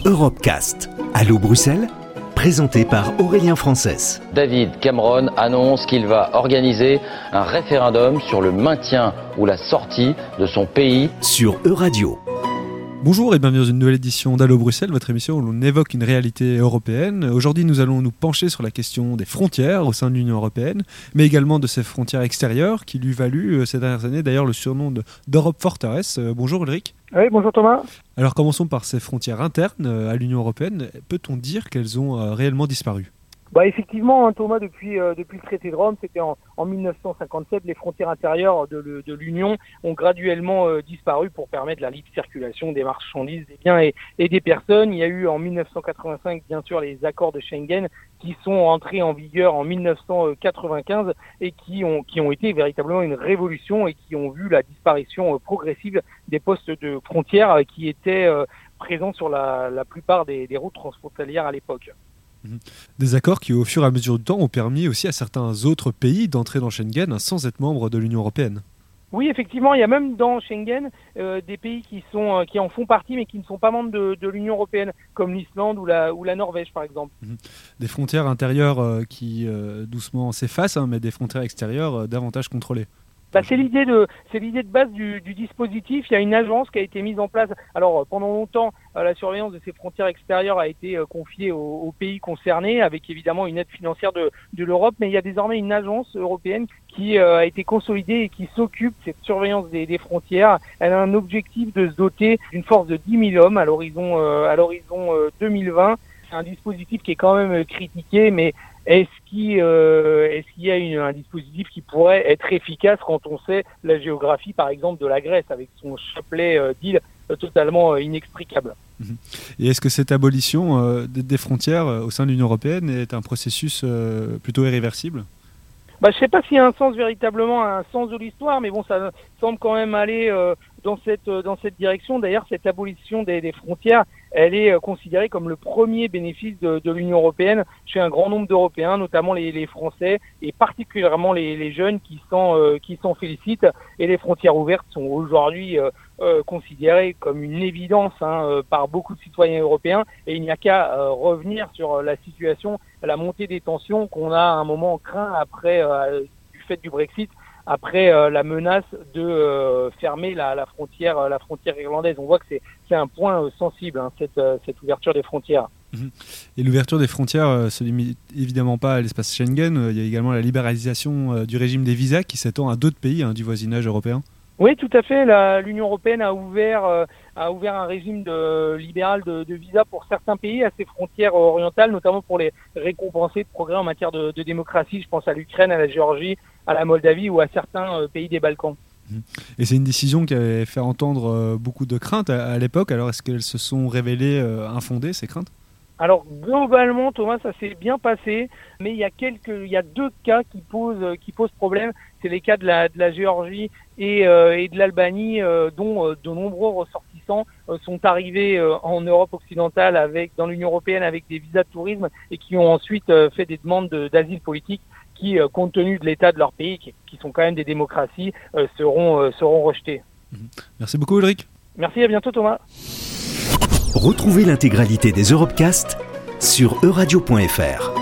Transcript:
Europecast. Allô Bruxelles ? Présenté par Aurélien Frances. David Cameron annonce qu'il va organiser un référendum sur le maintien ou la sortie de son pays Sur Euradio. Bonjour et bienvenue dans une nouvelle édition d'Allô Bruxelles, votre émission où l'on évoque une réalité européenne. Aujourd'hui, nous allons nous pencher sur la question des frontières au sein de l'Union européenne, mais également de ses frontières extérieures qui lui valut ces dernières années d'ailleurs le surnom d'Europe Forteresse. Bonjour Ulrich. Oui, bonjour Thomas. Alors commençons par ces frontières internes à l'Union européenne. Peut-on dire qu'elles ont réellement disparu ? Effectivement, Thomas, depuis le traité de Rome, c'était en 1957, les frontières intérieures de l'Union ont graduellement disparu pour permettre la libre circulation des marchandises, des biens et des personnes. Il y a eu en 1985, bien sûr, les accords de Schengen qui sont entrés en vigueur en 1995 et qui ont été véritablement une révolution et qui ont vu la disparition progressive des postes de frontières qui étaient présents sur la plupart des routes transfrontalières à l'époque. Des accords qui, au fur et à mesure du temps, ont permis aussi à certains autres pays d'entrer dans Schengen sans être membres de l'Union européenne. Oui, effectivement, il y a même dans Schengen des pays qui en font partie mais qui ne sont pas membres de l'Union européenne, comme l'Islande ou la Norvège, par exemple. Des frontières intérieures qui doucement s'effacent, mais des frontières extérieures davantage contrôlées. C'est l'idée de base du dispositif. Il y a une agence qui a été mise en place. Alors pendant longtemps, la surveillance de ces frontières extérieures a été confiée aux pays concernés, avec évidemment une aide financière de l'Europe. Mais il y a désormais une agence européenne qui a été consolidée et qui s'occupe de cette surveillance des frontières. Elle a un objectif de se doter d'une force de 10 000 hommes à l'horizon 2020. C'est un dispositif qui est quand même critiqué, mais est-ce qu'il y a un dispositif qui pourrait être efficace quand on sait la géographie, par exemple, de la Grèce, avec son chapelet d'îles totalement inextricable. Et est-ce que cette abolition des frontières au sein de l'Union européenne est un processus plutôt irréversible ? Je ne sais pas s'il y a véritablement un sens de l'histoire, mais bon, ça semble quand même aller dans cette direction. D'ailleurs, cette abolition des frontières, elle est considérée comme le premier bénéfice de l'Union européenne chez un grand nombre d'Européens, notamment les Français et particulièrement les jeunes qui s'en félicitent. Et les frontières ouvertes sont aujourd'hui considérées comme une évidence par beaucoup de citoyens européens. Et il n'y a qu'à revenir sur la situation, la montée des tensions qu'on a à un moment craint après du fait du Brexit. Après la menace de fermer la frontière irlandaise. On voit que c'est un point sensible, cette ouverture des frontières. Et l'ouverture des frontières se limite évidemment pas à l'espace Schengen. Il y a également la libéralisation du régime des visas qui s'étend à d'autres pays du voisinage européen. Oui, tout à fait. L'Union européenne a ouvert un régime libéral de visa pour certains pays à ses frontières orientales, notamment pour les récompenser de progrès en matière de démocratie. Je pense à l'Ukraine, à la Géorgie, à la Moldavie ou à certains pays des Balkans. Et c'est une décision qui avait fait entendre beaucoup de craintes à l'époque. Alors est-ce qu'elles se sont révélées infondées, ces craintes ? Alors globalement, Thomas, ça s'est bien passé, mais il y a deux cas qui posent problème. C'est les cas de la Géorgie et de l'Albanie, dont de nombreux ressortissants sont arrivés en Europe occidentale dans l'Union européenne avec des visas de tourisme et qui ont ensuite fait des demandes d'asile politique qui, compte tenu de l'état de leur pays, qui sont quand même des démocraties, seront rejetés. Merci beaucoup Ulrich. Merci, à bientôt Thomas. Retrouvez l'intégralité des Europecasts sur euradio.fr.